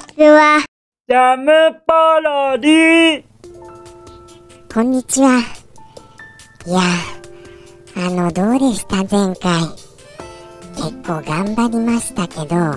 ちは。 ジャムパロディ。 こんにちは。いや、どうでした前回。結構頑張りましたけど、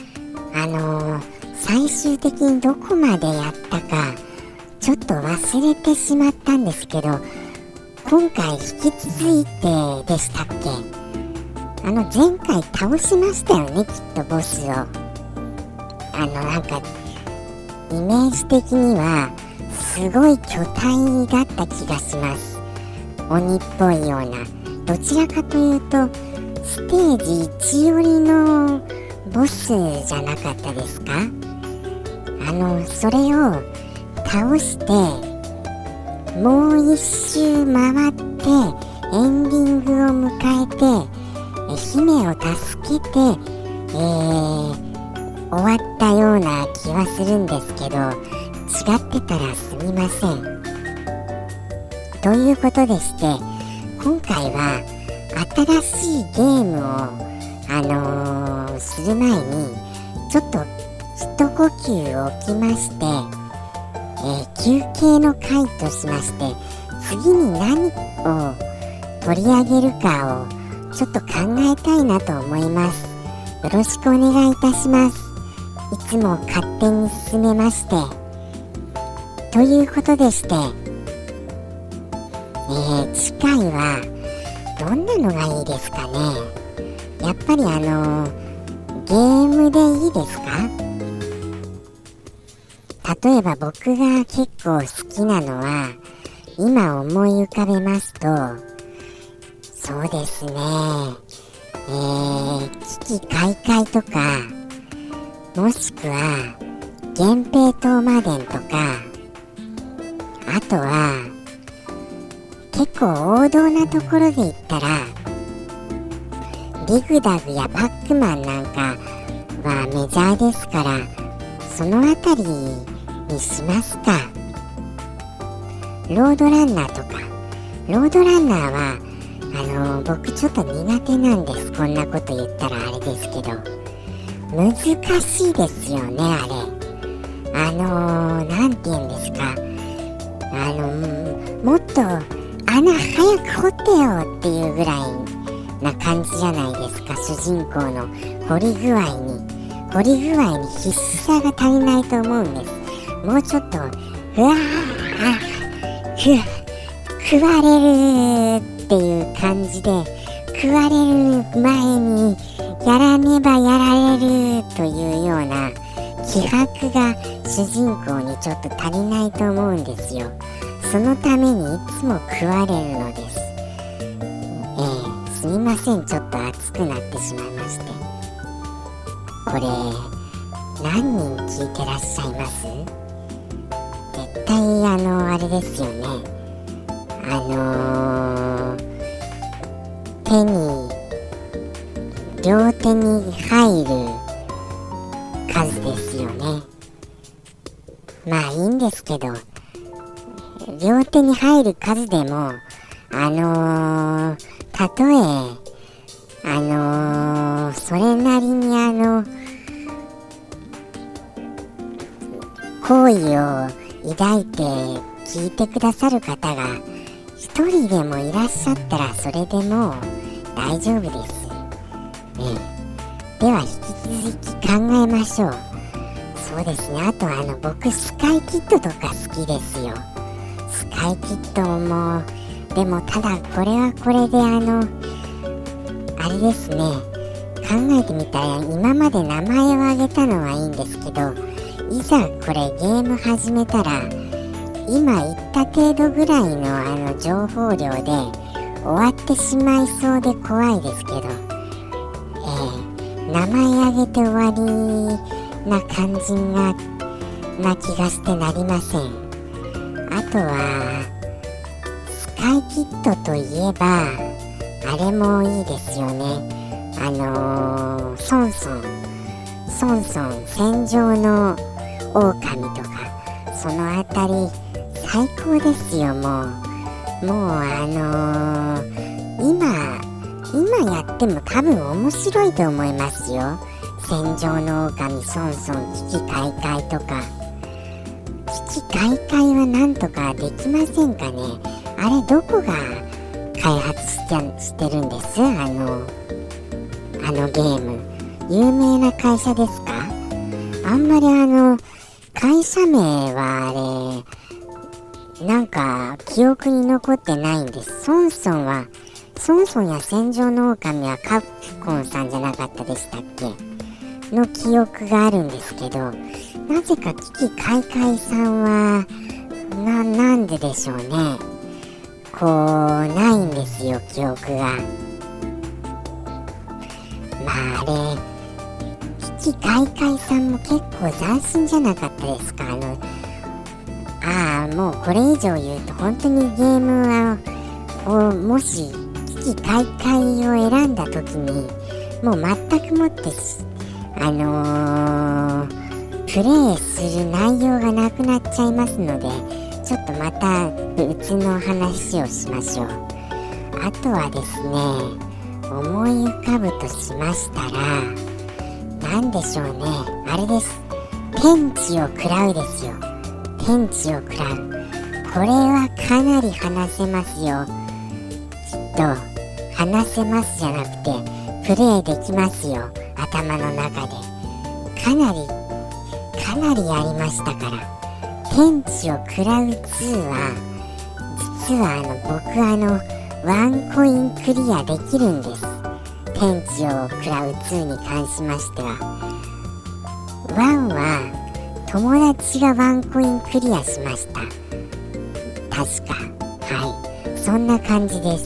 最終的にどこまでやったか、ちょっと忘れてしまったんですけど、今回引き続いてでしたっけ？前回倒しましたよね、きっとボスを。なんか、イメージ的には、すごい巨体だった気がします。鬼っぽいような。どちらかというと、ステージ1寄りのボスじゃなかったですか？それを倒して、もう一周回って、エンディングを迎えて、姫を助けて、終わったような気はするんですけど、違ってたらすみません。ということでして、今回は新しいゲームを、する前にちょっと一呼吸置きまして、休憩の回としまして、次に何を取り上げるかをちょっと考えたいなと思います。よろしくお願いいたします。いつも勝手に進めまして、ということでして、次回はどんなのがいいですかね。やっぱりゲームでいいですか？例えば僕が結構好きなのは、今思い浮かべますと、そうですね、危機開会とか、もしくは源平島魔伝とか、あとは結構王道なところで言ったら、リグダグやパックマンなんかはメジャーですから、そのあたりにしますか。ロードランナーとか。ロードランナーは僕ちょっと苦手なんです。こんなこと言ったらあれですけど、難しいですよね、あれ。なんて言うんですか、もっと穴早く掘ってよっていうぐらいな感じじゃないですか。主人公の掘り具合に必死さが足りないと思うんです。もうちょっと食われるっていう感じで、食われる前にやらねばやられるというような気迫が主人公にちょっと足りないと思うんですよ。そのためにいつも食われるのです。すみません、ちょっと熱くなってしまいまして。これ何人聞いてらっしゃいます？絶対あれですよね。両手に入る数ですよね。まあいいんですけど、両手に入る数でもたとえそれなりに好意を抱いて聞いてくださる方が一人でもいらっしゃったら、それでもう大丈夫です。では引き続き考えましょう。そうですね。あと僕スカイキッドとか好きですよ。スカイキッドも、でもただこれはこれであれですね。考えてみたら、今まで名前を挙げたのはいいんですけど、いざこれゲーム始めたら、今言った程度ぐらいの情報量で終わってしまいそうで怖いですけど、名前挙げて終わりな感じな気がしてなりません。あとはスカイキッドといえばあれもいいですよね。ソンソン戦場の狼とか、そのあたり最高ですよ。もう今やっても多分面白いと思いますよ。 戦場の狼ソンソン危機開会とか。危機開会はなんとかできませんかね。あれどこが開発してるんです？あのゲーム有名な会社ですか？あんまり会社名はあれなんか記憶に残ってないんです。ソンソンや戦場の狼はカプコンさんじゃなかったでしたっけの記憶があるんですけど、なぜか危機開会さんはなんででしょうね。こうないんですよ、記憶が。まああれ危機開会さんも結構斬新じゃなかったですか。もうこれ以上言うと本当にゲームをもし危機開会を選んだ時にもう全くもってプレイする内容がなくなっちゃいますので、ちょっとまた別の話をしましょう。あとはですね、思い浮かぶとしましたら何でしょうね、あれです。天地を喰らうですよ。天地を喰らう、これはかなり話せますよ。きっと話せますじゃなくてプレイできますよ、頭の中で。かなりやりましたから。天地を喰らう2は実は僕ワンコインクリアできるんです。天地を喰らう2に関しましては、1は友達がワンコインクリアしました、確か。はい、そんな感じです。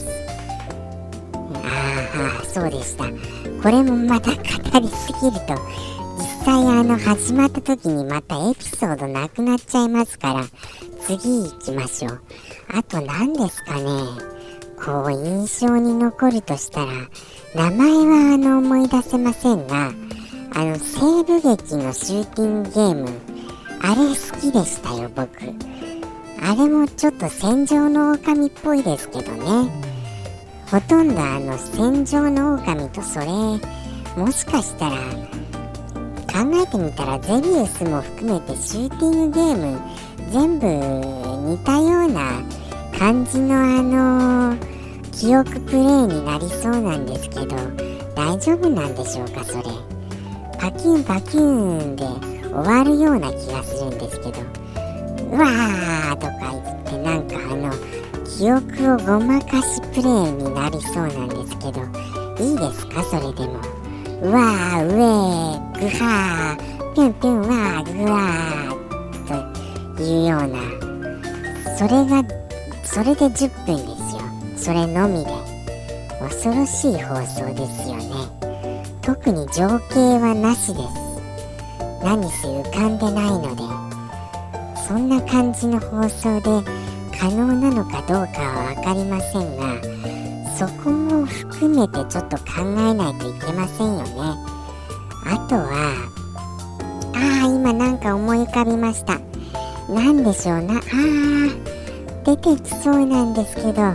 そうでした。これもまた語りすぎると実際始まった時にまたエピソードなくなっちゃいますから、次行きましょう。あと何ですかね、こう印象に残るとしたら、名前は思い出せませんが、西部劇のシューティングゲーム、あれ好きでしたよ、僕。あれもちょっと戦場の狼っぽいですけどね。ほとんど戦場の狼とそれもしかしたら考えてみたらゼビウスも含めてシューティングゲーム全部似たような感じの記憶プレイになりそうなんですけど、大丈夫なんでしょうか。それパキュンパキュンで終わるような気がするんですけど、うわーとか言ってなんか記憶をごまかしプレイになりそうなんですけど、いいですかそれでも。うわーうえーぐはーぴゅんぴゅんわーぐわーというような、それで10分ですよ。それのみで恐ろしい放送ですよね。特に情景はなしです。何せ浮かんでないので、そんな感じの放送で可能なのかどうかは分かりませんが、そこも含めてちょっと考えないといけませんよね。あとは今なんか思い浮かびました。なんでしょうな、出てきそうなんですけど、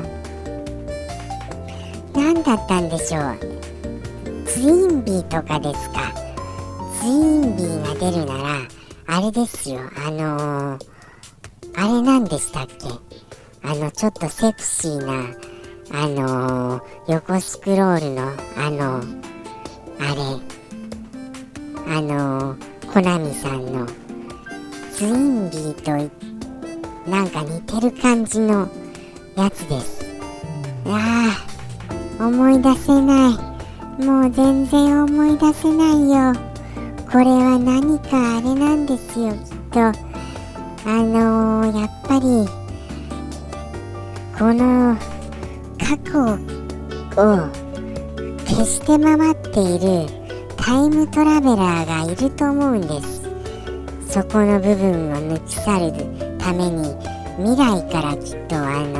なんだったんでしょう。ツインビーとかですか。ツインビーが出るならあれですよ、あれなんでしたっけ、ちょっとセクシーな横スクロールのコナミさんのツインビーとなんか似てる感じのやつです。思い出せない。もう全然思い出せないよ。これは何かあれなんですよ、きっと。やっぱりこの過去を消して回っているタイムトラベラーがいると思うんです。そこの部分を抜き去るために未来からきっと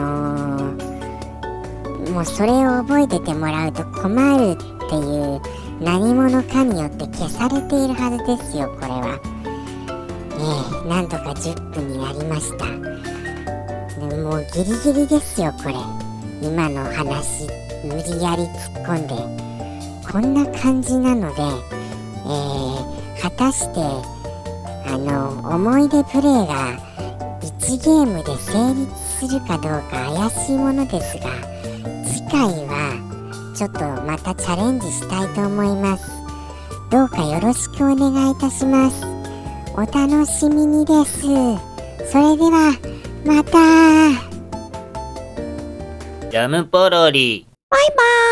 もうそれを覚えててもらうと困るっていう何者かによって消されているはずですよ、これは。なんとか10分になりました。でもうギリギリですよ、これ。今の話無理やり突っ込んでこんな感じなので、 果たして思い出プレイが1ゲームで成立するかどうか怪しいものですが、次回はちょっとまたチャレンジしたいと思います。どうかよろしくお願いいたします。お楽しみにです。それではまた。 ジャムポロリ。 バイバーイ。